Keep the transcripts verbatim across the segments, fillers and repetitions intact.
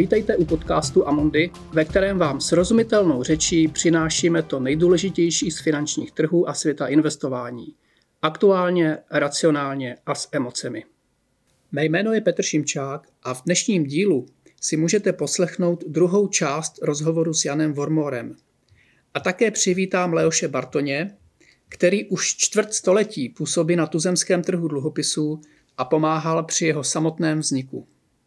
Vítejte u podcastu Amundi, ve kterém vám srozumitelnou řečí přinášíme to nejdůležitější z finančních trhů a světa investování. Aktuálně, racionálně a s emocemi. Mé jméno je Petr Šimčák a v dnešním dílu si můžete poslechnout druhou část rozhovoru s Janem Vormorem. A také přivítám Leoše Bartoně, který už čtvrt století působí na tuzemském trhu dluhopisů a pomáhal při jeho samotném vzniku.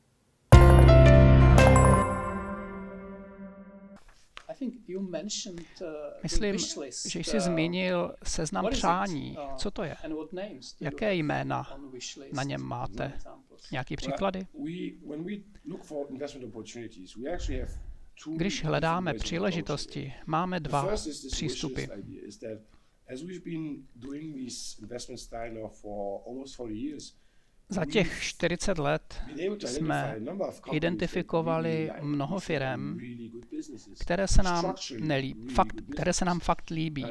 Myslím, že jsi zmínil seznam přání. Co to je? Jaké jména na něm máte? Nějaké příklady? Když hledáme příležitosti, máme dva přístupy. Za těch čtyřicet let jsme identifikovali mnoho firem, které se nám nelíbí, fakt, které se nám fakt líbí.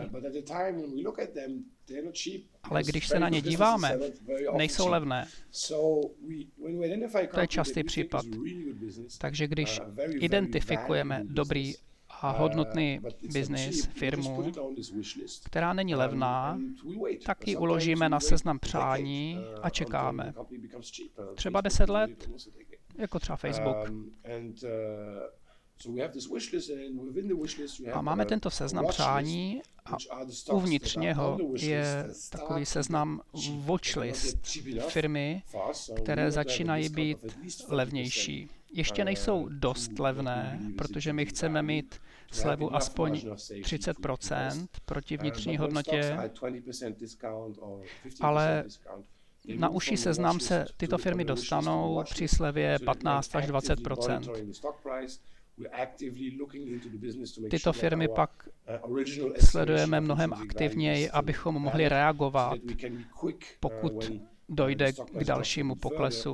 Ale když se na ně díváme, nejsou levné. To je častý případ. Takže když identifikujeme dobrý a hodnotný biznis, firmu, která není levná, tak ji uložíme na seznam přání a čekáme. Třeba deset let, jako třeba Facebook. A máme tento seznam přání a uvnitř něho je takový seznam watchlist firmy, které začínají být levnější. Ještě nejsou dost levné, protože my chceme mít slevu aspoň třicet procent proti vnitřní hodnotě, ale na užší seznam se tyto firmy dostanou při slevě patnáct až dvacet procent. Tyto firmy pak sledujeme mnohem aktivněji, abychom mohli reagovat, pokud dojde k dalšímu poklesu.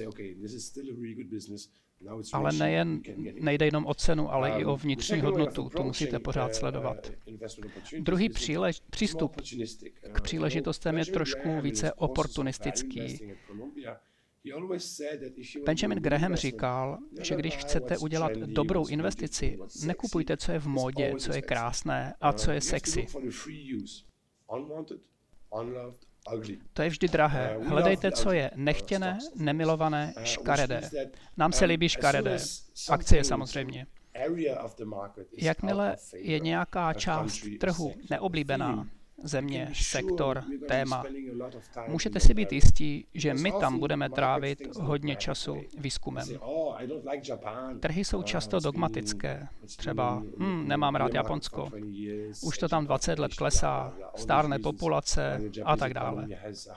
Ale nejen, nejde jenom o cenu, ale i o vnitřní hodnotu. Tu musíte pořád sledovat. Druhý přílež, přístup k příležitostem je trošku více oportunistický. Benjamin Graham říkal, že když chcete udělat dobrou investici, nekupujte, co je v módě, co je krásné a co je sexy. To je vždy drahé. Hledejte, co je nechtěné, nemilované, škaredé. Nám se líbí škaredé. Akcie samozřejmě. Jakmile je nějaká část trhu neoblíbená, země, sektor, téma, můžete si být jistí, že my tam budeme trávit hodně času výzkumem. Trhy jsou často dogmatické. Třeba, hm, nemám rád Japonsko, už to tam dvacet let klesá, stárne populace a tak dále.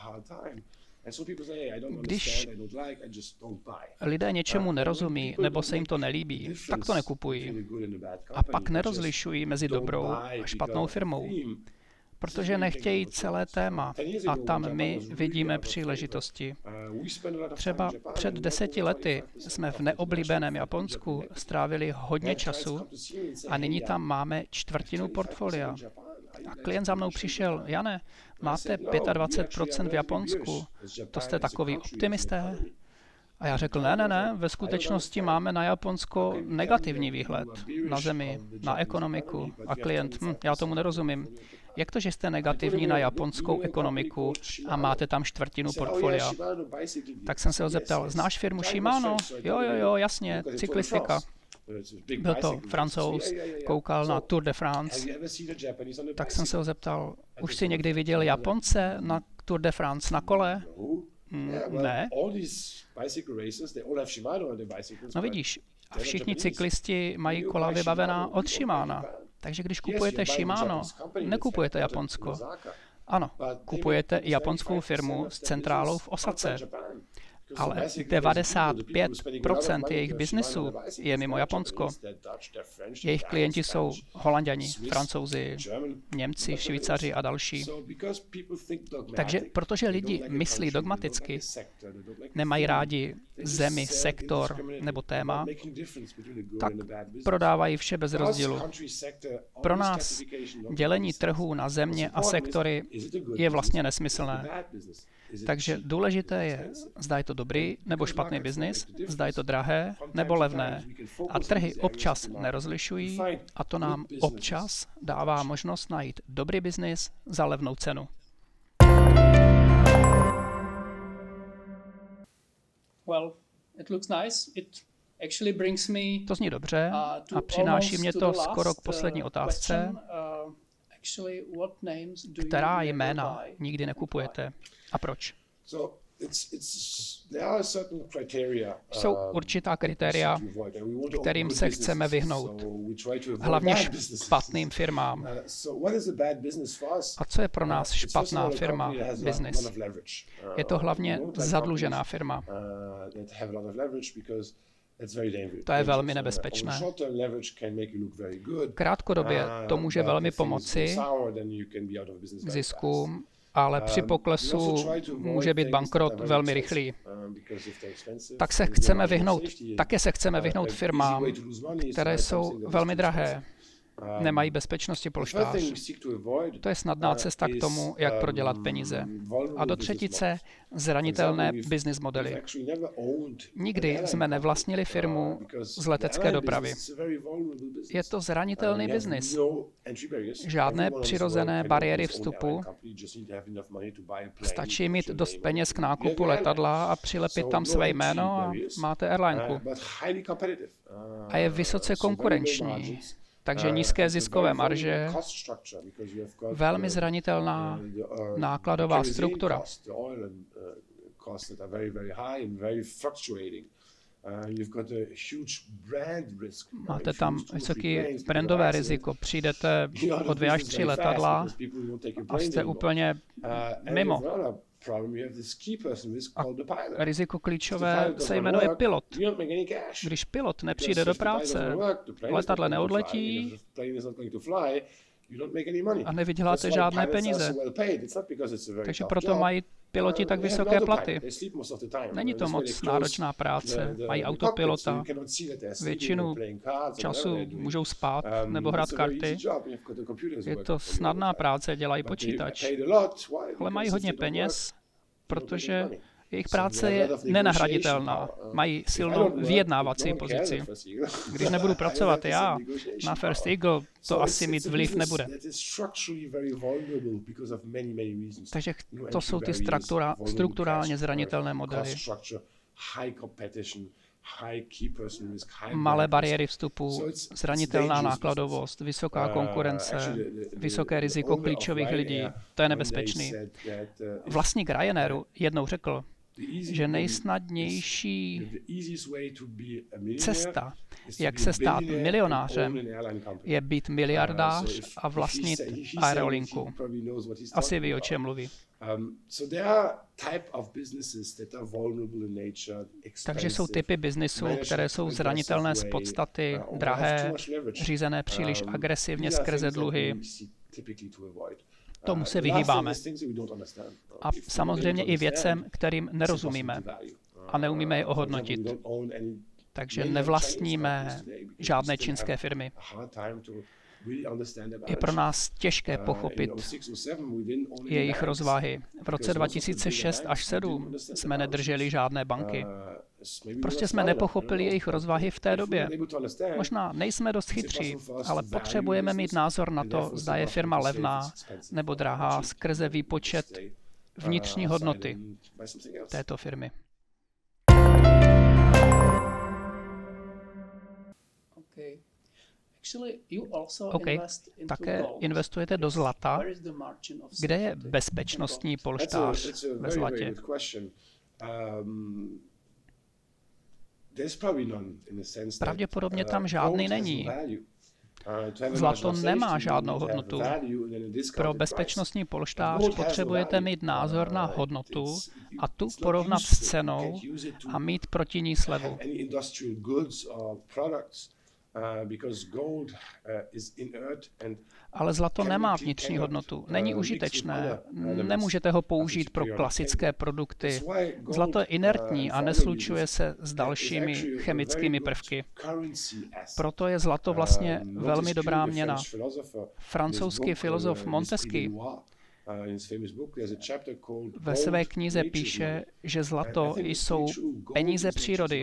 Když lidé něčemu nerozumí nebo se jim to nelíbí, tak to nekupují. A pak nerozlišují mezi dobrou a špatnou firmou, protože nechtějí celé téma a tam my vidíme příležitosti. Třeba před deseti lety jsme v neoblíbeném Japonsku strávili hodně času a nyní tam máme čtvrtinu portfolia. A klient za mnou přišel, Jane, máte dvacet pět procent v Japonsku, to jste takový optimisté? A já řekl, ne, ne, ne, ve skutečnosti máme na Japonsko negativní výhled, na zemi, na ekonomiku. A klient, hm, já tomu nerozumím. Jak to, že jste negativní na japonskou ekonomiku a máte tam čtvrtinu portfolia? Tak jsem se ho zeptal, znáš firmu Shimano? Jo, jo, jo, jasně, cyklistika. Byl to Francouz, koukal na Tour de France. Tak jsem se ho zeptal, už jsi někdy viděl Japonce na Tour de France na kole? Mm, ne. No vidíš, a všichni cyklisti mají kola vybavená od Shimana. Takže když kupujete Shimano, nekupujete Japonsko. Ano, kupujete japonskou firmu s centrálou v Osace. Ale devadesát pět procent jejich biznesu je mimo Japonsko. Jejich klienti jsou Holanďani, Francouzi, Němci, Švýcaři a další. Takže protože lidi myslí dogmaticky, nemají rádi zemi, sektor nebo téma, tak prodávají vše bez rozdílu. Pro nás dělení trhů na země a sektory je vlastně nesmyslné. Takže důležité je, zda je to dobrý nebo špatný biznis, zda je to drahé nebo levné. A trhy občas nerozlišují a to nám občas dává možnost najít dobrý biznis za levnou cenu. Well, it looks nice. It actually brings me To zní dobře a přináší mě to skoro k poslední otázce, která jména nikdy nekupujete. A proč? Jsou určitá kritéria, kterým se chceme vyhnout, hlavně špatným firmám. A co je pro nás špatná firma, biznis? Je to hlavně zadlužená firma. To je velmi nebezpečné. Krátkodobě to může velmi pomoci k ziskům, ale při poklesu může být bankrot velmi rychlý. Tak se chceme vyhnout, také se chceme vyhnout firmám, které jsou velmi drahé, nemají bezpečnosti polštář. To je snadná cesta k tomu, jak prodělat peníze. A do třetice zranitelné business modely. Nikdy jsme nevlastnili firmu z letecké dopravy. Je to zranitelný biznis. Žádné přirozené bariéry vstupu. Stačí mít dost peněz k nákupu letadla a přilepit tam své jméno a máte airlineku. A je vysoce konkurenční. Takže nízké ziskové marže, velmi zranitelná nákladová struktura. Máte tam vysoké brandové riziko. Přijdete o dvě až tři letadla a jste úplně mimo. A riziko klíčové se jmenuje pilot. Když pilot nepřijde do práce, letadlo neodletí a nevyděláte žádné peníze. Takže proto mají piloti tak vysoké platy. Není to moc náročná práce. Mají autopilota. Většinu času můžou spát nebo hrát karty. Je to snadná práce, dělají počítač. Ale mají hodně peněz, protože jejich práce je nenahraditelná. Mají silnou vyjednávací pozici. Když nebudu pracovat já na First Eagle, to asi mít vliv nebude. Takže to jsou ty struktura, strukturálně zranitelné modely. Malé bariéry vstupu, zranitelná nákladovost, vysoká konkurence, vysoké riziko klíčových lidí. To je nebezpečný. Vlastník Ryanairu jednou řekl, že nejsnadnější cesta, jak se stát milionářem, je být miliardář a vlastnit aerolinku. Asi ví, o čem mluví. Takže jsou typy biznisů, které jsou zranitelné z podstaty, drahé, řízené příliš agresivně skrze dluhy. Tomu se vyhýbáme. A samozřejmě i věcem, kterým nerozumíme a neumíme je ohodnotit. Takže nevlastníme žádné čínské firmy. Je pro nás těžké pochopit jejich rozvahy. V roce dva tisíce šest až sedm jsme nedrželi žádné banky. Prostě jsme nepochopili jejich rozvahy v té době. Možná nejsme dost chytří, ale potřebujeme mít názor na to, zda je firma levná nebo drahá skrze výpočet vnitřní hodnoty této firmy. OK, také investujete do zlata. Kde je bezpečnostní polštář ve zlatě? Pravděpodobně tam žádný není. Zlato nemá žádnou hodnotu. Pro bezpečnostní polštář potřebujete mít názor na hodnotu a tu porovnat s cenou a mít proti ní slevu. Ale zlato nemá vnitřní hodnotu, není užitečné, nemůžete ho použít pro klasické produkty. Zlato je inertní a neslučuje se s dalšími chemickými prvky. Proto je zlato vlastně velmi dobrá měna. Francouzský filozof Montesquieu Ve své knize píše, že zlato jsou peníze přírody.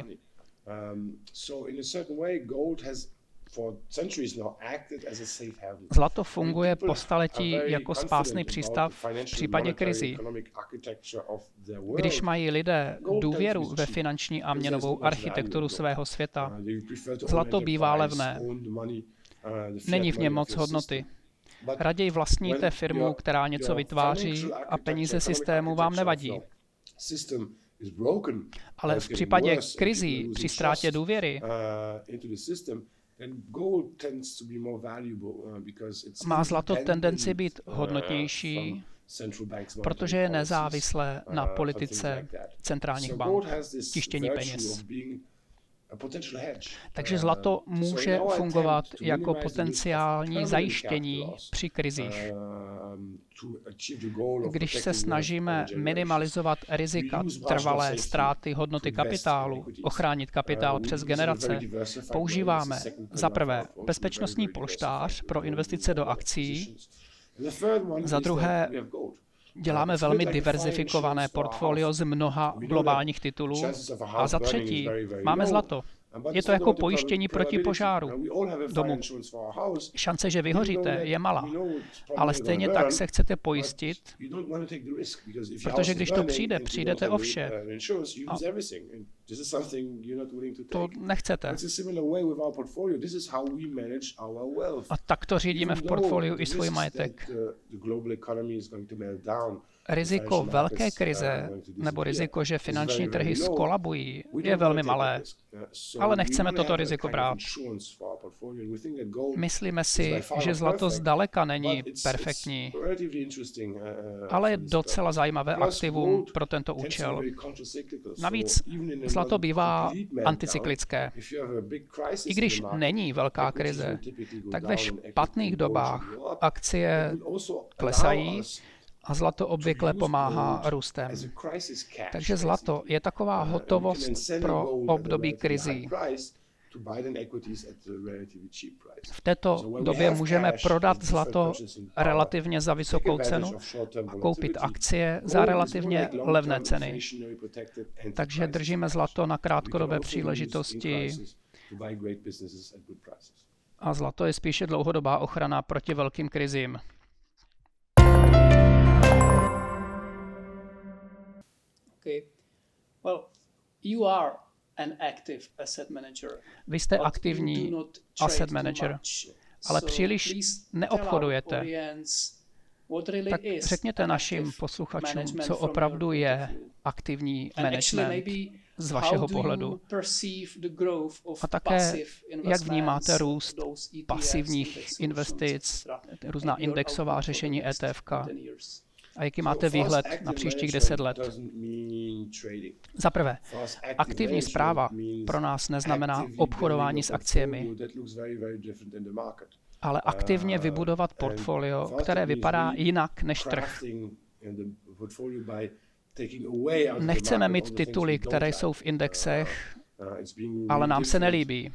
Zlato funguje po staletí jako spásný přístav v případě krizí. Když mají lidé důvěru ve finanční a měnovou architekturu svého světa, zlato bývá levné. Není v něm moc hodnoty. Raději vlastníte firmu, která něco vytváří a peníze systému vám nevadí. Ale v případě krizí při ztrátě důvěry má zlato tendenci být hodnotnější, protože je nezávislé na politice centrálních bank, tištění peněz. Takže zlato může fungovat jako potenciální zajištění při krizích. Když se snažíme minimalizovat rizika trvalé ztráty hodnoty kapitálu, ochránit kapitál přes generace, používáme za prvé bezpečnostní polštář pro investice do akcií, za druhé děláme velmi diverzifikované portfolio z mnoha globálních titulů a za třetí máme zlato. Je to jako pojištění proti požáru domu. Šance, že vyhoříte, je malá, ale stejně tak se chcete pojistit, protože když to přijde, přijdete o vše. A to nechcete. A tak to řídíme v portfoliu i svůj majetek. Riziko velké krize nebo riziko, že finanční trhy skolabují, je velmi malé, ale nechceme toto riziko brát. Myslíme si, že zlato zdaleka není perfektní, ale je docela zajímavé aktivum pro tento účel. Navíc zlato bývá anticyklické. I když není velká krize, tak ve špatných dobách akcie klesají, a zlato obvykle pomáhá růstem. Takže zlato je taková hotovost pro období krizí. V této době můžeme prodat zlato relativně za vysokou cenu a koupit akcie za relativně levné ceny. Takže držíme zlato na krátkodobé příležitosti a zlato je spíše dlouhodobá ochrana proti velkým krizím. Vy jste aktivní asset manager, ale příliš neobchodujete. Tak řekněte našim posluchačům, co opravdu je aktivní management z vašeho pohledu. A také, jak vnímáte růst pasivních investic, různá indexová řešení E T F ka. A jaký máte výhled na příštích deset let? Za prvé, aktivní správa pro nás neznamená obchodování s akciemi, ale aktivně vybudovat portfolio, které vypadá jinak než trh. Nechceme mít tituly, které jsou v indexech, ale nám se nelíbí.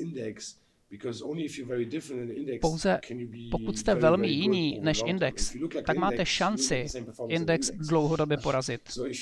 Pouze pokud jste velmi jiní než index, tak máte šanci index dlouhodobě porazit.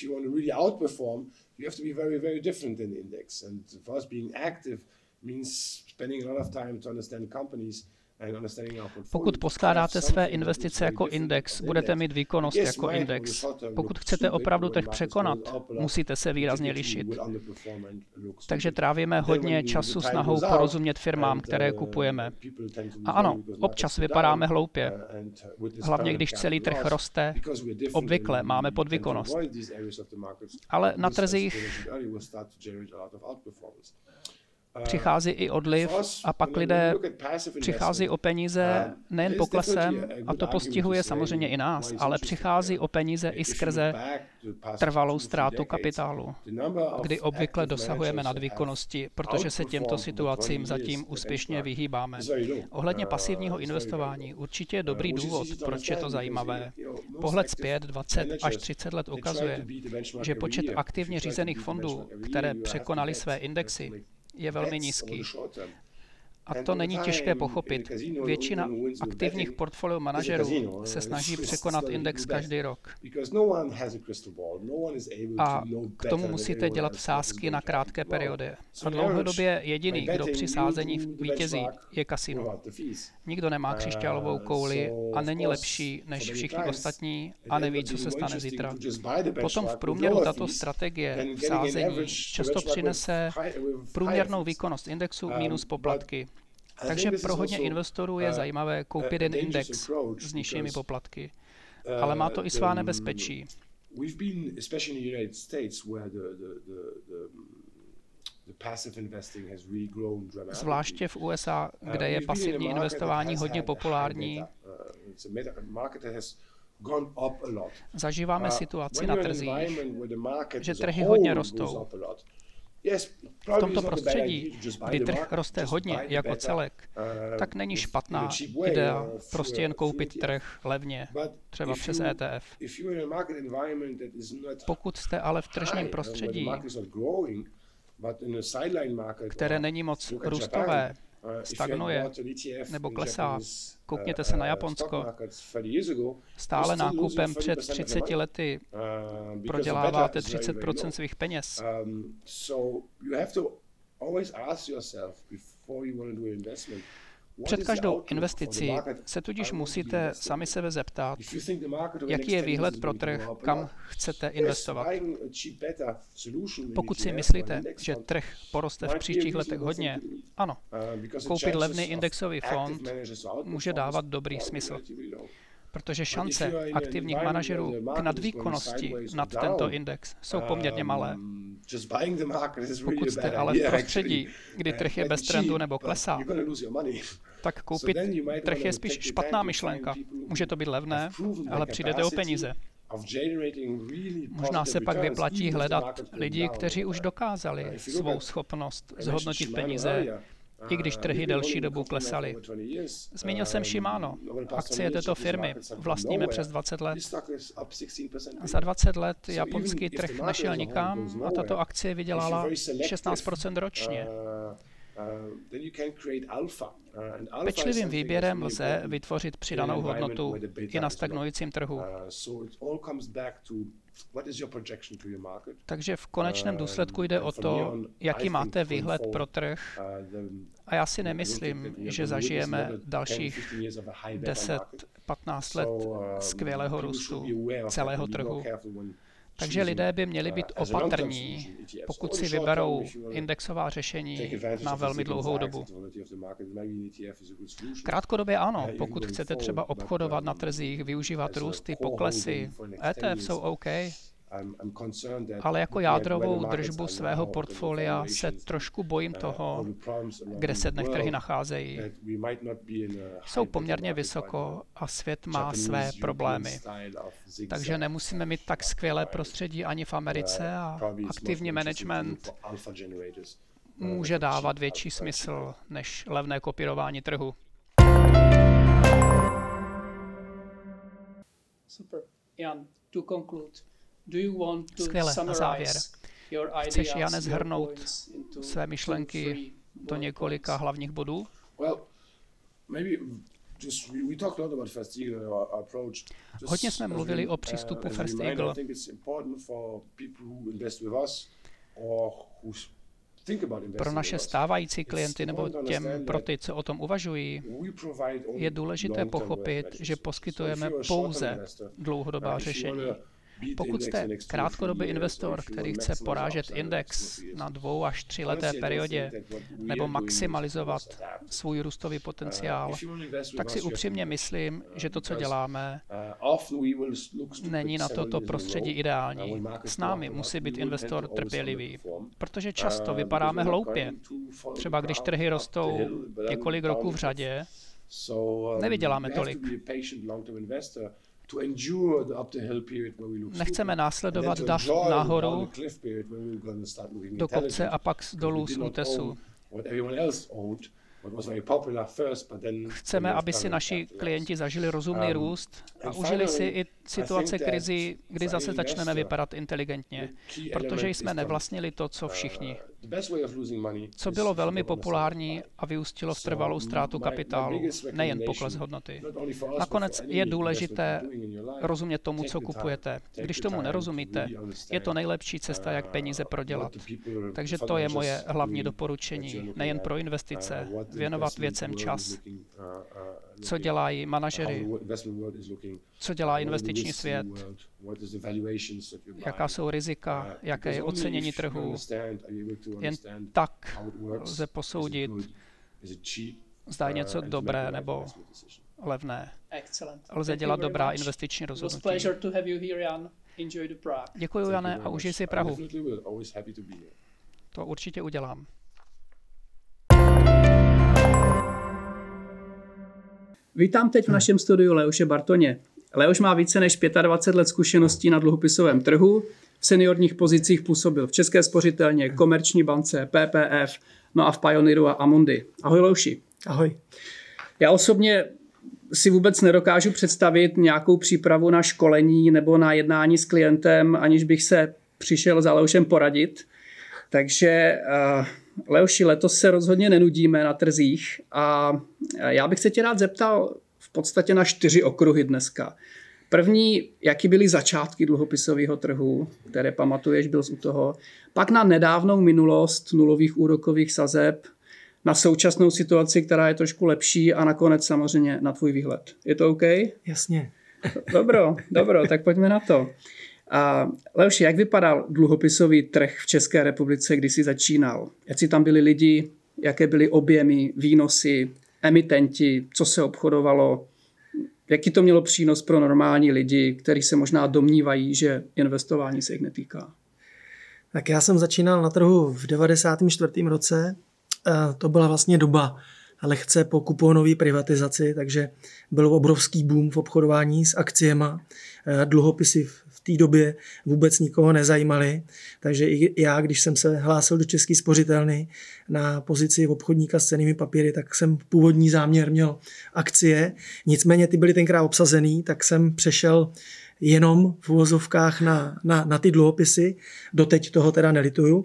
Pokud poskládáte své investice jako index, budete mít výkonnost jako index. Pokud chcete opravdu trh překonat, musíte se výrazně lišit. Takže trávíme hodně času snahou porozumět firmám, které kupujeme. A ano, občas vypadáme hloupě. Hlavně když celý trh roste, obvykle máme podvýkonnost. Ale na trzích přichází i odliv a pak lidé přichází o peníze nejen poklesem, a to postihuje samozřejmě i nás, ale přichází o peníze i skrze trvalou ztrátu kapitálu, kdy obvykle dosahujeme nadvýkonnosti, protože se těmto situacím zatím úspěšně vyhýbáme. Ohledně pasivního investování určitě je dobrý důvod, proč je to zajímavé. Pohled zpět dvacet až třicet let ukazuje, že počet aktivně řízených fondů, které překonaly své indexy, je velmi nízký. A to není těžké pochopit. Většina aktivních portfolio manažerů se snaží překonat index každý rok. A k tomu musíte dělat sázky na krátké periody. A dlouhodobě jediný, kdo při sázení vítězí, je kasino. Nikdo nemá křišťálovou kouli a není lepší než všichni ostatní a neví, co se stane zítra. Potom v průměru tato strategie v sázení často přinese průměrnou výkonnost indexu minus poplatky. Takže pro hodně investorů je zajímavé koupit jen index s nižšími poplatky. Ale má to i svá nebezpečí. Zvláště v U S A, kde je pasivní investování hodně populární, zažíváme situaci na trzích, že trhy hodně rostou. V tomto prostředí, kdy trh roste hodně jako celek, tak není špatná idea prostě jen koupit trh levně, třeba přes E T F. Pokud jste ale v tržním prostředí, které není moc růstové, stagnuje nebo klesá, koukněte se na Japonsko, stále nákupem před třiceti lety proděláváte třicet procent svých peněz. Před každou investicí se tudíž musíte sami sebe zeptat, jaký je výhled pro trh, kam chcete investovat. Pokud si myslíte, že trh poroste v příštích letech hodně, ano, koupit levný indexový fond může dávat dobrý smysl. Protože šance aktivních manažerů k nadvýkonnosti nad tento index jsou poměrně malé. Pokud jste ale v prostředí, kdy trh je bez trendu nebo klesá, tak koupit trh je spíš špatná myšlenka. Může to být levné, ale přijdete o peníze. Možná se pak vyplatí hledat lidi, kteří už dokázali svou schopnost zhodnotit peníze, i když trhy delší dobu klesaly. Zmínil jsem Shimano. Akcie této firmy vlastníme přes dvacet let. Za dvacet let japonský trh nešel nikam a tato akcie vydělala šestnáct procent ročně. Pečlivým výběrem lze vytvořit přidanou hodnotu i na stagnujícím trhu. Takže v konečném důsledku jde o to, jaký máte výhled pro trh. A já si nemyslím, že zažijeme dalších deset patnáct let skvělého růstu celého trhu. Takže lidé by měli být opatrní, pokud si vyberou indexová řešení na velmi dlouhou dobu. Krátkodobě ano, pokud chcete třeba obchodovat na trzích, využívat růsty, poklesy, E T F jsou OK, ale jako jádrovou držbu svého portfolia se trošku bojím toho, kde se dnes trhy nacházejí. Jsou poměrně vysoko a svět má své problémy. Takže nemusíme mít tak skvělé prostředí ani v Americe a aktivní management může dávat větší smysl než levné kopírování trhu. Super. Jan, to conclude. Skvěle, na závěr. Chceš, Jane, shrnout své myšlenky do několika hlavních bodů? Hodně jsme mluvili o přístupu First Eagle. Pro naše stávající klienty nebo těm pro ty, co o tom uvažují, je důležité pochopit, že poskytujeme pouze dlouhodobá řešení. Pokud jste krátkodobý investor, který chce porážet index na dvou až tři leté periodě nebo maximalizovat svůj růstový potenciál, tak si upřímně myslím, že to, co děláme, není na toto prostředí ideální. S námi musí být investor trpělivý, protože často vypadáme hloupě. Třeba když trhy rostou několik roků v řadě, nevyděláme tolik. Nechceme následovat dav nahoru do kopce a pak dolů z útesu. Chceme, aby si naši klienti zažili rozumný růst a užili si i situace krizi, kdy zase začneme vypadat inteligentně, protože jsme nevlastnili to, co všichni. Co bylo velmi populární a vyústilo v trvalou ztrátu kapitálu, nejen pokles hodnoty. Nakonec je důležité rozumět tomu, co kupujete. Když tomu nerozumíte, je to nejlepší cesta, jak peníze prodělat. Takže to je moje hlavní doporučení, nejen pro investice, věnovat věcem čas. Co dělají manažeři, co dělá investiční svět, jaká jsou rizika, jaké je ocenění trhu. Jen tak lze posoudit, zda je něco dobré nebo levné. Lze dělat dobrá investiční rozhodnutí. Děkuji, Jane, a užij si Prahu. To určitě udělám. Vítám teď v našem studiu Leoše Bartoně. Leoš má více než dvacet pět let zkušeností na dluhopisovém trhu. V seniorních pozicích působil v České spořitelně, Komerční bance, P P F, no a v Pioneeru a Amundi. Ahoj, Leoši. Ahoj. Já osobně si vůbec nedokážu představit nějakou přípravu na školení nebo na jednání s klientem, aniž bych se přišel za Leošem poradit. Takže uh, Leoši, letos se rozhodně nenudíme na trzích a já bych se tě rád zeptal v podstatě na čtyři okruhy dneska. První, jaký byly začátky dluhopisového trhu, které pamatuješ, byl jsi u toho. Pak na nedávnou minulost nulových úrokových sazeb, na současnou situaci, která je trošku lepší a nakonec samozřejmě na tvůj výhled. Je to OK? Jasně. Dobro, dobro, tak pojďme na to. A Leoši, jak vypadal dluhopisový trh v České republice, když jsi začínal? Jaký tam byli lidi, jaké byly objemy, výnosy, emitenti, co se obchodovalo? Jaký to mělo přínos pro normální lidi, kteří se možná domnívají, že investování se jich netýká? Tak já jsem začínal na trhu v devadesátém čtvrtém roce. To byla vlastně doba lehce po kuponové privatizaci, takže byl obrovský boom v obchodování s akciema. Dluhopisy v té době vůbec nikoho nezajímaly, takže i já, když jsem se hlásil do České spořitelny na pozici obchodníka s cennými papíry, tak jsem původní záměr měl akcie, nicméně ty byly tenkrát obsazený, tak jsem přešel jenom v uvozovkách na, na, na ty dluhopisy, doteď toho teda nelituju.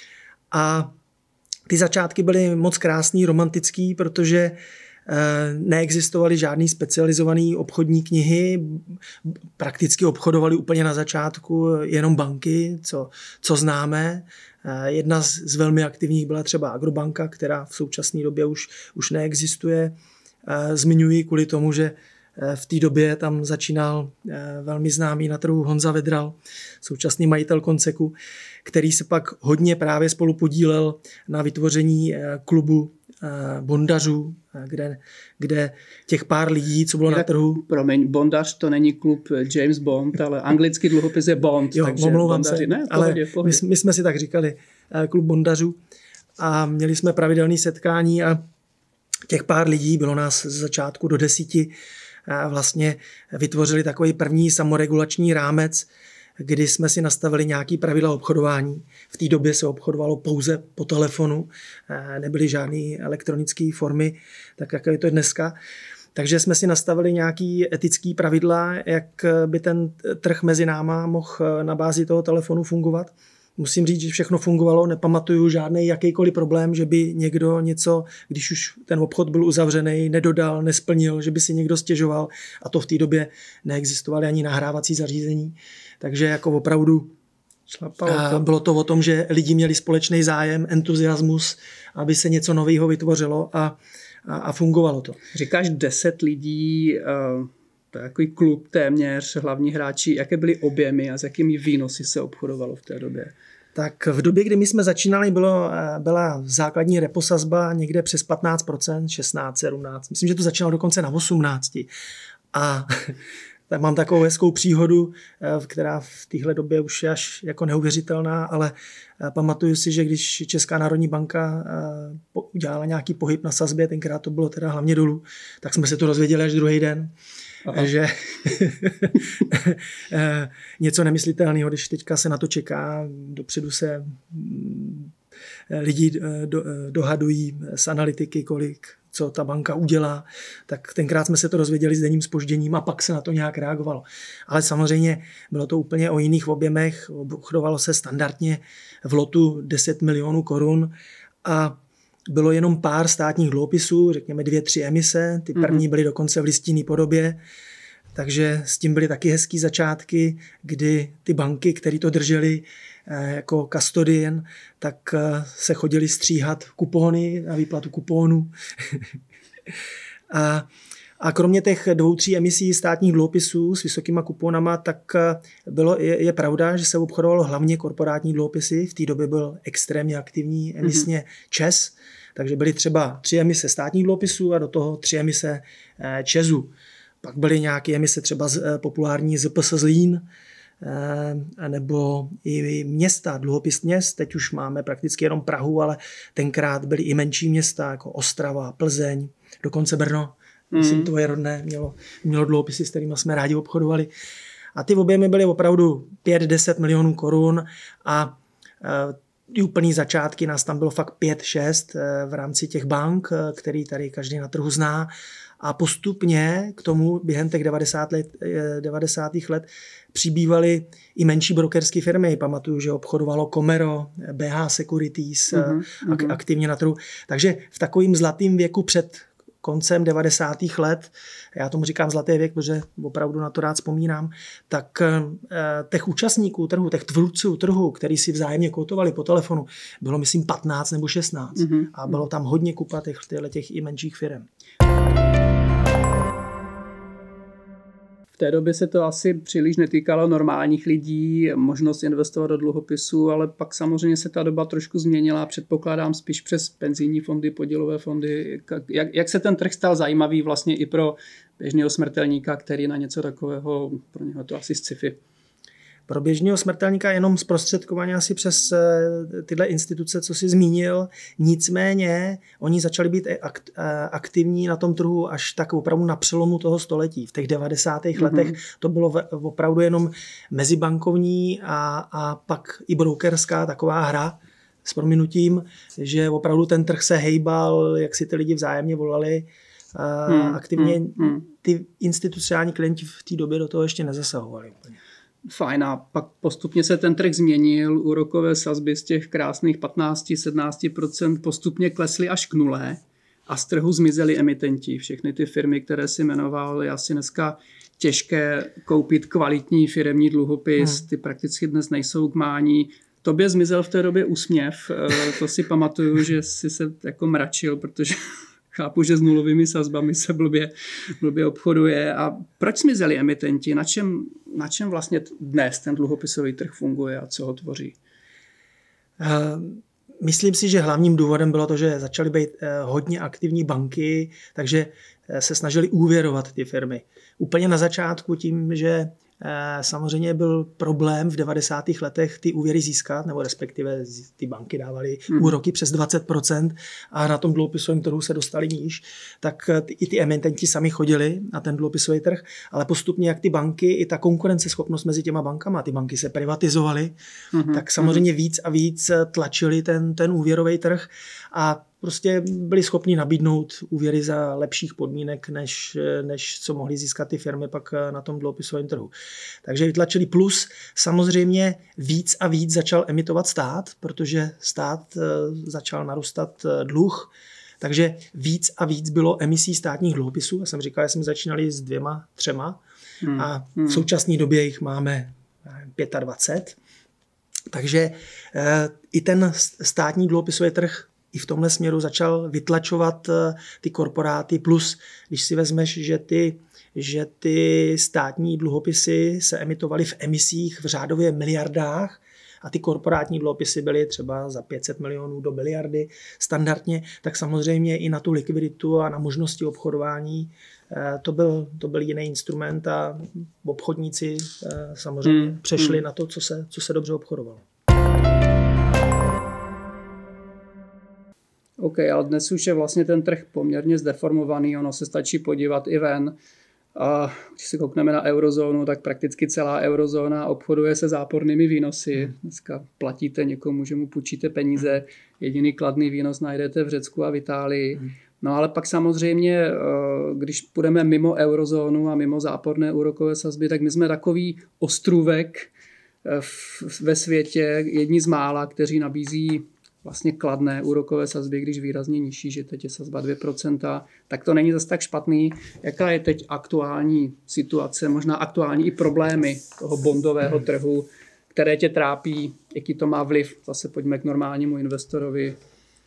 A ty začátky byly moc krásný, romantický, protože neexistovaly žádný specializovaný obchodní knihy, prakticky obchodovali úplně na začátku jenom banky, co, co známe. Jedna z, z velmi aktivních byla třeba Agrobanka, která v současné době už, už neexistuje. Zmiňuji kvůli tomu, že v té době tam začínal velmi známý na trhu Honza Vedral, současný majitel Konceku, který se pak hodně právě spolu podílel na vytvoření klubu bondařů, kde, kde těch pár lidí, co bylo tak, na trhu... Promiň, bondař to není klub James Bond, ale anglický dluhopis je Bond. Jo, takže omlouvám se, ne, ale pohodě, pohodě. My, my jsme si tak říkali, klub bondařů, a měli jsme pravidelné setkání a těch pár lidí, bylo nás z začátku do desíti, vlastně vytvořili takový první samoregulační rámec, kdy jsme si nastavili nějaký pravidla obchodování. V té době se obchodovalo pouze po telefonu, nebyly žádné elektronické formy, tak jak je to dneska. Takže jsme si nastavili nějaký etický pravidla, jak by ten trh mezi náma mohl na bázi toho telefonu fungovat. Musím říct, že všechno fungovalo, nepamatuju žádný jakýkoliv problém, že by někdo něco, když už ten obchod byl uzavřený, nedodal, nesplnil, že by si někdo stěžoval, a to v té době neexistovaly ani nahrávací zařízení. Takže jako opravdu to. Bylo to o tom, že lidi měli společný zájem, entuziasmus, aby se něco nového vytvořilo a, a, a fungovalo to. Říkáš deset lidí, uh, to je takový klub téměř, hlavní hráči, jaké byly objemy a s jakými výnosy se obchodovalo v té době? Tak v době, kdy my jsme začínali, bylo, byla základní reposazba někde přes patnáct procent, šestnáct, sedmnáct. Myslím, že to začínalo dokonce na osmnáct. A tak mám takovou hezkou příhodu, která v téhle době už je až jako neuvěřitelná, ale pamatuju si, že když Česká národní banka udělala nějaký pohyb na sazbě, tenkrát to bylo teda hlavně dolů, tak jsme se to dozvěděli až druhý den. Aha. Že něco nemyslitelného, když teďka se na to čeká, dopředu se lidi do, dohadují z analytiky, kolik co ta banka udělá, tak tenkrát jsme se to dozvěděli s denním zpožděním a pak se na to nějak reagovalo. Ale samozřejmě bylo to úplně o jiných objemech, obchodovalo se standardně v lotu deset milionů korun a bylo jenom pár státních dluhopisů, řekněme dvě, tři emise, ty první byly dokonce v listinné podobě, takže s tím byly taky hezký začátky, kdy ty banky, které to držely jako custodian, tak se chodili stříhat kupóny na výplatu kupónů. a, a kromě těch dvou, tří emisí státních dluhopisů s vysokýma kupónama, tak bylo, je, je pravda, že se obchodovalo hlavně korporátní dluhopisy. V té době byl extrémně aktivní emisně ČEZ, takže byly třeba tři emise státních dluhopisů a do toho tři emise ČEZu. Pak byly nějaké emise třeba populární Z P S Zlín, nebo i města, dluhopis měst, teď už máme prakticky jenom Prahu, ale tenkrát byly i menší města, jako Ostrava, Plzeň, dokonce Brno, mm. myslím, tvoje rodné, mělo, mělo dluhopisy, s kterými jsme rádi obchodovali. A ty objemy byly opravdu pět deset milionů korun a i úplný začátky nás tam bylo fakt pět šest v rámci těch bank, který tady každý na trhu zná. A postupně k tomu během těch devadesátých let přibývaly i menší brokerské firmy. Pamatuju, že obchodovalo Comero, B H Securities uh-huh, ak- aktivně na trhu. Takže v takovým zlatým věku před koncem devadesátých let, já tomu říkám zlatý věk, protože opravdu na to rád vzpomínám, tak těch účastníků trhu, těch tvůrců trhu, který si vzájemně koutovali po telefonu, bylo myslím patnáct nebo šestnáct. Uh-huh. A bylo tam hodně kupa těch, těch i menších firm. V té době se to asi příliš netýkalo normálních lidí, možnost investovat do dluhopisů, ale pak samozřejmě se ta doba trošku změnila, předpokládám spíš přes penzijní fondy, podílové fondy. Jak, jak se ten trh stal zajímavý vlastně i pro běžného smrtelníka, který na něco takového, pro něho to asi sci-fi. Pro běžného smrtelníka jenom zprostředkovaně asi přes tyhle instituce, co jsi zmínil. Nicméně oni začali být aktivní na tom trhu až tak opravdu na přelomu toho století. V těch devadesátých mm-hmm. letech to bylo opravdu jenom mezibankovní a, a pak i brokerská taková hra s prominutím, že opravdu ten trh se hejbal, jak si ty lidi vzájemně volali. Hmm, aktivně hmm, ty institucionální klienti v té době do toho ještě nezasahovali. Fajn, a pak postupně se ten trh změnil, úrokové sazby z těch krásných patnáct až sedmnáct procent postupně klesly až k nule a z trhu zmizely emitenti. Všechny ty firmy, které si jmenoval, je asi dneska těžké koupit kvalitní firemní dluhopis, hmm. ty prakticky dnes nejsou k mání. Tobě zmizel v té době úsměv, to si pamatuju, že jsi se jako mračil, protože chápu, že s nulovými sazbami se blbě, blbě obchoduje. A proč zmizeli emitenti? Na čem, na čem vlastně dnes ten dluhopisový trh funguje a co ho tvoří? Myslím si, že hlavním důvodem bylo to, že začaly být hodně aktivní banky, takže se snažili úvěrovat ty firmy. Úplně na začátku tím, že samozřejmě byl problém v devadesátých letech ty úvěry získat, nebo respektive ty banky dávaly hmm. úroky přes dvacet procent a na tom dluhopisovém trhu se dostali níž, tak i ty emitenti sami chodili na ten dluhopisový trh, ale postupně jak ty banky, i ta konkurenceschopnost mezi těma bankama, ty banky se privatizovaly, hmm. tak samozřejmě hmm. víc a víc tlačili ten, ten úvěrový trh a prostě byli schopni nabídnout úvěry za lepších podmínek, než, než co mohly získat ty firmy pak na tom dluhopisovém trhu. Takže vytlačili plus. Samozřejmě víc a víc začal emitovat stát, protože stát začal narůstat dluh, takže víc a víc bylo emisí státních dluhopisů. Já jsem říkal, že jsme začínali s dvěma, třema hmm. a v současné době jich máme dvacet pět. Takže i ten státní dluhopisový trh i v tomhle směru začal vytlačovat ty korporáty, plus když si vezmeš, že ty, že ty státní dluhopisy se emitovaly v emisích v řádově miliardách a ty korporátní dluhopisy byly třeba za pět set milionů do miliardy standardně, tak samozřejmě i na tu likviditu a na možnosti obchodování to byl, to byl jiný instrument a obchodníci samozřejmě hmm. přešli hmm. na to, co se, co se dobře obchodovalo. OK, ale dnes už je vlastně ten trh poměrně zdeformovaný, ono se stačí podívat i ven. A když se koukneme na eurozónu, tak prakticky celá eurozóna obchoduje se zápornými výnosy. Dneska platíte někomu, že mu půjčíte peníze, jediný kladný výnos najdete v Řecku a v Itálii. No ale pak samozřejmě, když půjdeme mimo eurozónu a mimo záporné úrokové sazby, tak my jsme takový ostrůvek ve světě, jedni z mála, kteří nabízí vlastně kladné úrokové sazby, když výrazně nižší, že teď je sazba dvě procenta, tak to není zase tak špatný. Jaká je teď aktuální situace, možná aktuální i problémy toho bondového trhu, které tě trápí, jaký to má vliv, zase pojďme k normálnímu investorovi,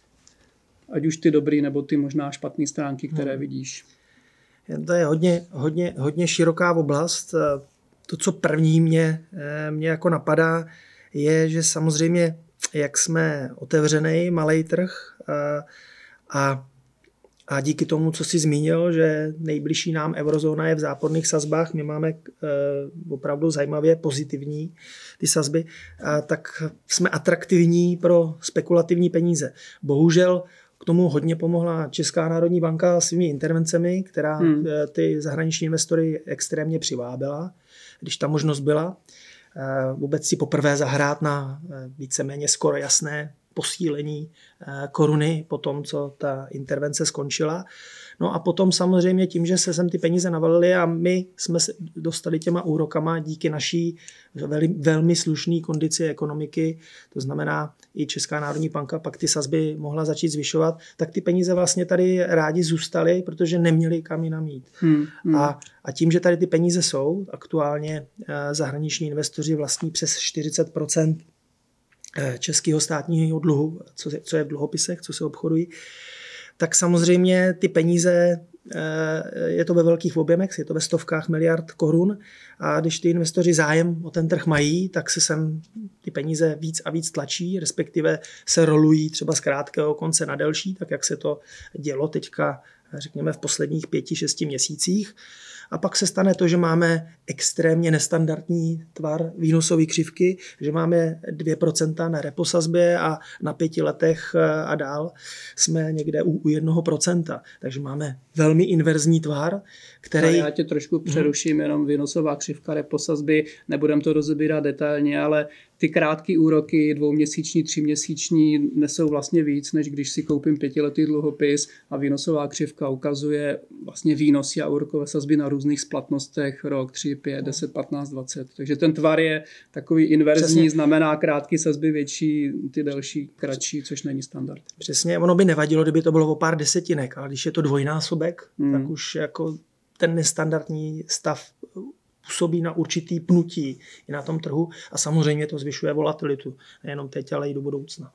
ať už ty dobrý nebo ty možná špatné stránky, které vidíš. To je hodně, hodně, hodně široká oblast. To, co první mě, mě jako napadá, je, že samozřejmě jak jsme otevřený malý trh a, a, a díky tomu, co jsi zmínil, že nejbližší nám eurozóna je v záporných sazbách, my máme e, opravdu zajímavě pozitivní ty sazby, a tak jsme atraktivní pro spekulativní peníze. Bohužel k tomu hodně pomohla Česká národní banka svými intervencemi, která hmm. ty zahraniční investory extrémně přivábila, když ta možnost byla. Vůbec si poprvé zahrát na víceméně skoro jasné posílení koruny po tom, co ta intervence skončila. No a potom samozřejmě tím, že se sem ty peníze navalily a my jsme se dostali těma úrokama díky naší velmi slušné kondici ekonomiky, to znamená i Česká národní banka pak ty sazby mohla začít zvyšovat, tak ty peníze vlastně tady rádi zůstaly, protože neměli kam jinam jít. Hmm, hmm. A, a tím, že tady ty peníze jsou, aktuálně zahraniční investoři vlastní přes čtyřicet procent českého státního dluhu, co je, co je v dluhopisech, co se obchodují, tak samozřejmě ty peníze, je to ve velkých objemech, je to ve stovkách miliard korun a když ty investoři zájem o ten trh mají, tak se sem ty peníze víc a víc tlačí, respektive se rolují třeba z krátkého konce na delší, tak jak se to dělo teďka, řekněme, v posledních pěti, šesti měsících. A pak se stane to, že máme extrémně nestandardní tvar výnosové křivky, že máme dvě procenta na reposazbě a na pěti letech a dál jsme někde u, u jednoho procenta. Takže máme velmi inverzní tvar, který... Já tě trošku přeruším, hmm. jenom výnosová křivka reposazby, nebudem to rozebírat detailně, ale ty krátké úroky, dvouměsíční, tříměsíční, nesou vlastně víc, než když si koupím pětiletý dluhopis a výnosová křivka ukazuje vlastně výnosy a úrokové sazby na různých splatnostech, rok, tři, pět, deset, patnáct, dvacet. Takže ten tvar je takový inverzní, přesně. Znamená krátké sazby větší, ty delší kratší, což není standard. Přesně, ono by nevadilo, kdyby to bylo o pár desetinek, ale když je to dvojnásobek, hmm. tak už jako ten nestandardní stav působí na určitý pnutí i na tom trhu a samozřejmě to zvyšuje volatilitu. Nejenom teď, ale i do budoucna.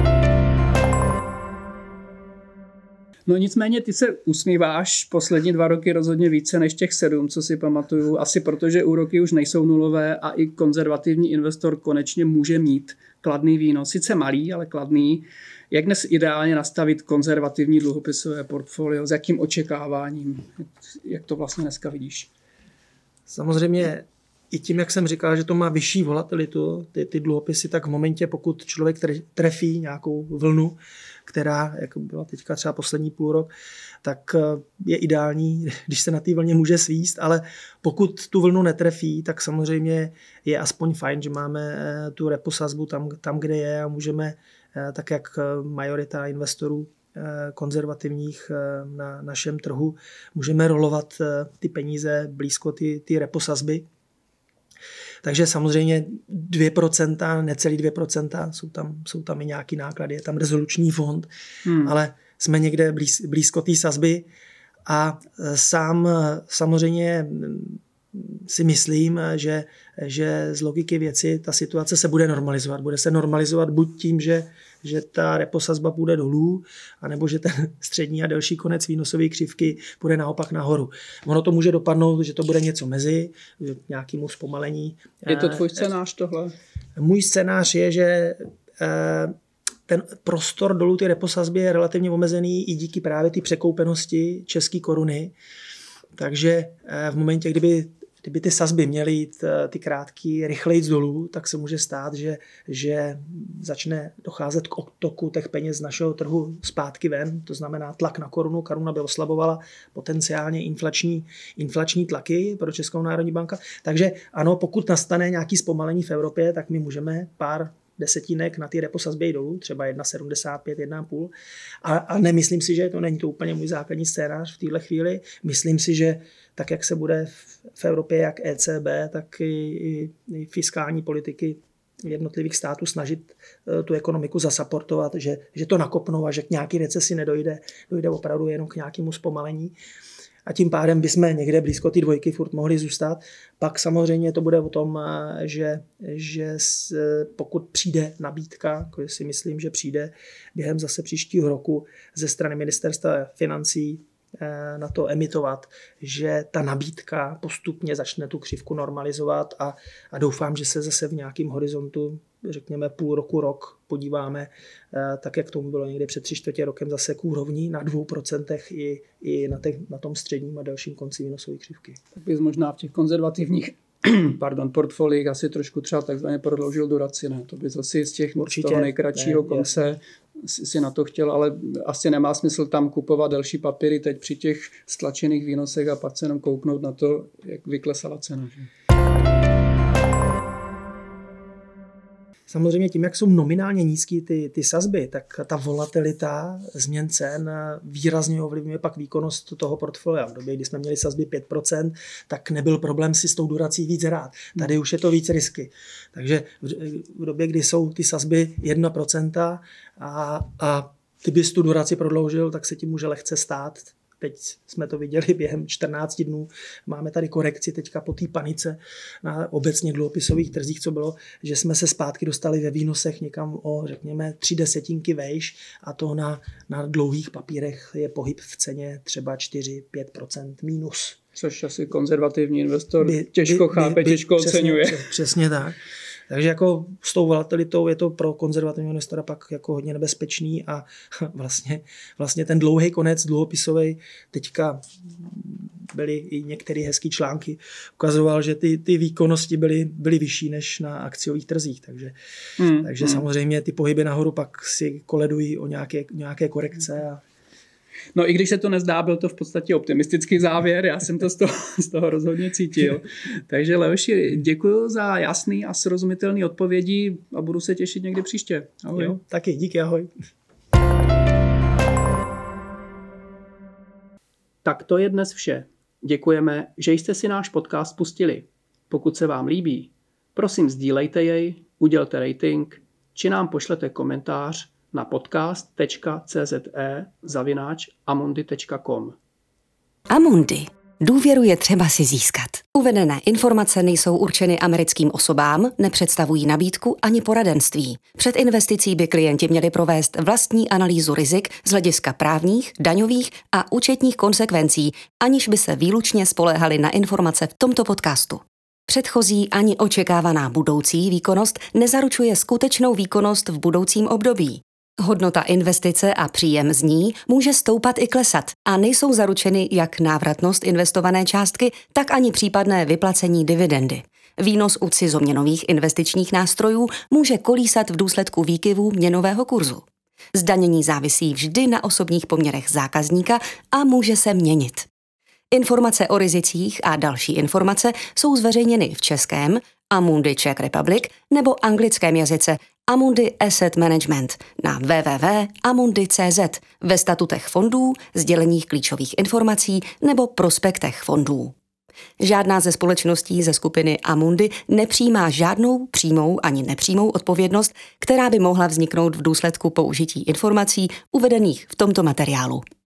No nicméně ty se usmíváš poslední dva roky rozhodně více než těch sedm, co si pamatuju. Asi protože úroky už nejsou nulové a i konzervativní investor konečně může mít kladný výnos. Sice malý, ale kladný. Jak dnes ideálně nastavit konzervativní dluhopisové portfolio? S jakým očekáváním? Jak to vlastně dneska vidíš? Samozřejmě i tím, jak jsem říkal, že to má vyšší volatilitu, ty, ty dluhopisy, tak v momentě, pokud člověk trefí nějakou vlnu, která, jako byla teďka třeba poslední půl rok, tak je ideální, když se na té vlně může svíst, ale pokud tu vlnu netrefí, tak samozřejmě je aspoň fajn, že máme tu reposazbu tam, tam kde je a můžeme, tak jak majorita investorů konzervativních na našem trhu, můžeme rolovat ty peníze blízko ty, ty reposazby. Takže samozřejmě dvě procenta, necelý dvě procenta, jsou tam, jsou tam i nějaký náklady, je tam rezoluční fond, hmm. ale jsme někde blíz, blízko té sazby a sám samozřejmě si myslím, že, že z logiky věci ta situace se bude normalizovat. Bude se normalizovat buď tím, že, že ta reposazba půjde dolů, anebo že ten střední a delší konec výnosové křivky půjde naopak nahoru. Ono to může dopadnout, že to bude něco mezi, nějakému zpomalení. Je to tvůj scénář tohle? Můj scénář je, že ten prostor dolů ty reposazby je relativně omezený i díky právě ty překoupenosti české koruny. Takže v momentě, kdyby kdyby ty sazby měly jít ty krátký rychleji dolů, tak se může stát, že, že začne docházet k odtoku těch peněz z našeho trhu zpátky ven, to znamená tlak na korunu, koruna by oslabovala potenciálně inflační, inflační tlaky pro Českou národní banka. Takže ano, pokud nastane nějaký zpomalení v Evropě, tak my můžeme pár desetinek na ty repo sazby jít dolů, třeba jedna sedmdesát pět, jedna celá pět. A, a nemyslím si, že to není to úplně můj základní scénář v téhle chvíli. Myslím si, že tak, jak se bude v, v Evropě, jak E C B, tak i, i, i fiskální politiky jednotlivých států snažit uh, tu ekonomiku zasaportovat, že, že to nakopnou a že k nějaký recesi nedojde, dojde opravdu jenom k nějakému zpomalení. A tím pádem bychom někde blízko ty dvojky furt mohli zůstat. Pak samozřejmě to bude o tom, že, že pokud přijde nabídka, jako si myslím, že přijde během zase příštího roku ze strany ministerstva financí na to emitovat, že ta nabídka postupně začne tu křivku normalizovat a, a doufám, že se zase v nějakém horizontu, řekněme půl roku, rok, podíváme, tak jak tomu bylo někdy před tři čtvrtě rokem, zase k úrovni na dvou procentech i, i na, těch, na tom středním a dalším konci výnosové křivky. Tak bys možná v těch konzervativních pardon, portfoliích asi trošku třeba takzvaně prodloužil duraci, ne? To bys asi z těch Určitě, z toho nejkratšího ne, konce si, si na to chtěl, ale asi nemá smysl tam kupovat další papíry teď při těch stlačených výnosech a pak se jenom kouknout na to, jak vyklesala cena. Že? Samozřejmě tím, jak jsou nominálně nízké ty, ty sazby, tak ta volatilita změn cen výrazně ovlivňuje pak výkonnost toho portfolia. V době, kdy jsme měli sazby pět procent, tak nebyl problém si s tou durací víc hrát. Tady už je to víc risky. Takže v době, kdy jsou ty sazby jedna procenta a, a ty bys tu duraci prodloužil, tak se ti může lehce stát. Teď jsme to viděli během čtrnácti dnů. Máme tady korekci teďka po té panice na obecně dluhopisových trzích, co bylo, že jsme se zpátky dostali ve výnosech někam o, řekněme, tři desetinky vejš a to na, na dlouhých papírech je pohyb v ceně třeba čtyři až pět procent mínus. Což asi konzervativní investor by, těžko by, chápe, by, by, těžko přesně, oceňuje. Přesně, přesně tak. Takže jako s tou volatilitou je to pro konzervativního investora pak jako hodně nebezpečný a vlastně, vlastně ten dlouhý konec dluhopisový teďka byly i některé hezký články, ukazoval, že ty, ty výkonnosti byly, byly vyšší než na akciových trzích. Takže, hmm, takže hmm. samozřejmě ty pohyby nahoru pak si koledují o nějaké, nějaké korekce a no i když se to nezdá, byl to v podstatě optimistický závěr, já jsem to z toho, z toho rozhodně cítil. Takže Leoši, děkuji za jasný a srozumitelný odpovědi a budu se těšit někdy příště. Ahoj. Jo, taky, díky, ahoj. Tak to je dnes vše. Děkujeme, že jste si náš podcast pustili. Pokud se vám líbí, prosím sdílejte jej, udělte rating, či nám pošlete komentář na podcast tečka cé zet e zavináč amundi tečka com. Amundi. Důvěru je třeba si získat. Uvedené informace nejsou určeny americkým osobám, nepředstavují nabídku ani poradenství. Před investicí by klienti měli provést vlastní analýzu rizik z hlediska právních, daňových a účetních konsekvencí, aniž by se výlučně spoléhali na informace v tomto podcastu. Předchozí ani očekávaná budoucí výkonnost nezaručuje skutečnou výkonnost v budoucím období. Hodnota investice a příjem z ní může stoupat i klesat a nejsou zaručeny jak návratnost investované částky, tak ani případné vyplacení dividendy. Výnos u cizoměnových investičních nástrojů může kolísat v důsledku výkyvů měnového kurzu. Zdanění závisí vždy na osobních poměrech zákazníka a může se měnit. Informace o rizicích a další informace jsou zveřejněny v českém Amundi Czech Republic nebo anglickém jazyce Amundi Asset Management na w w w tečka amundi tečka cé zet ve statutech fondů, sděleních klíčových informací nebo prospektech fondů. Žádná ze společností ze skupiny Amundi nepřijímá žádnou přímou ani nepřímou odpovědnost, která by mohla vzniknout v důsledku použití informací uvedených v tomto materiálu.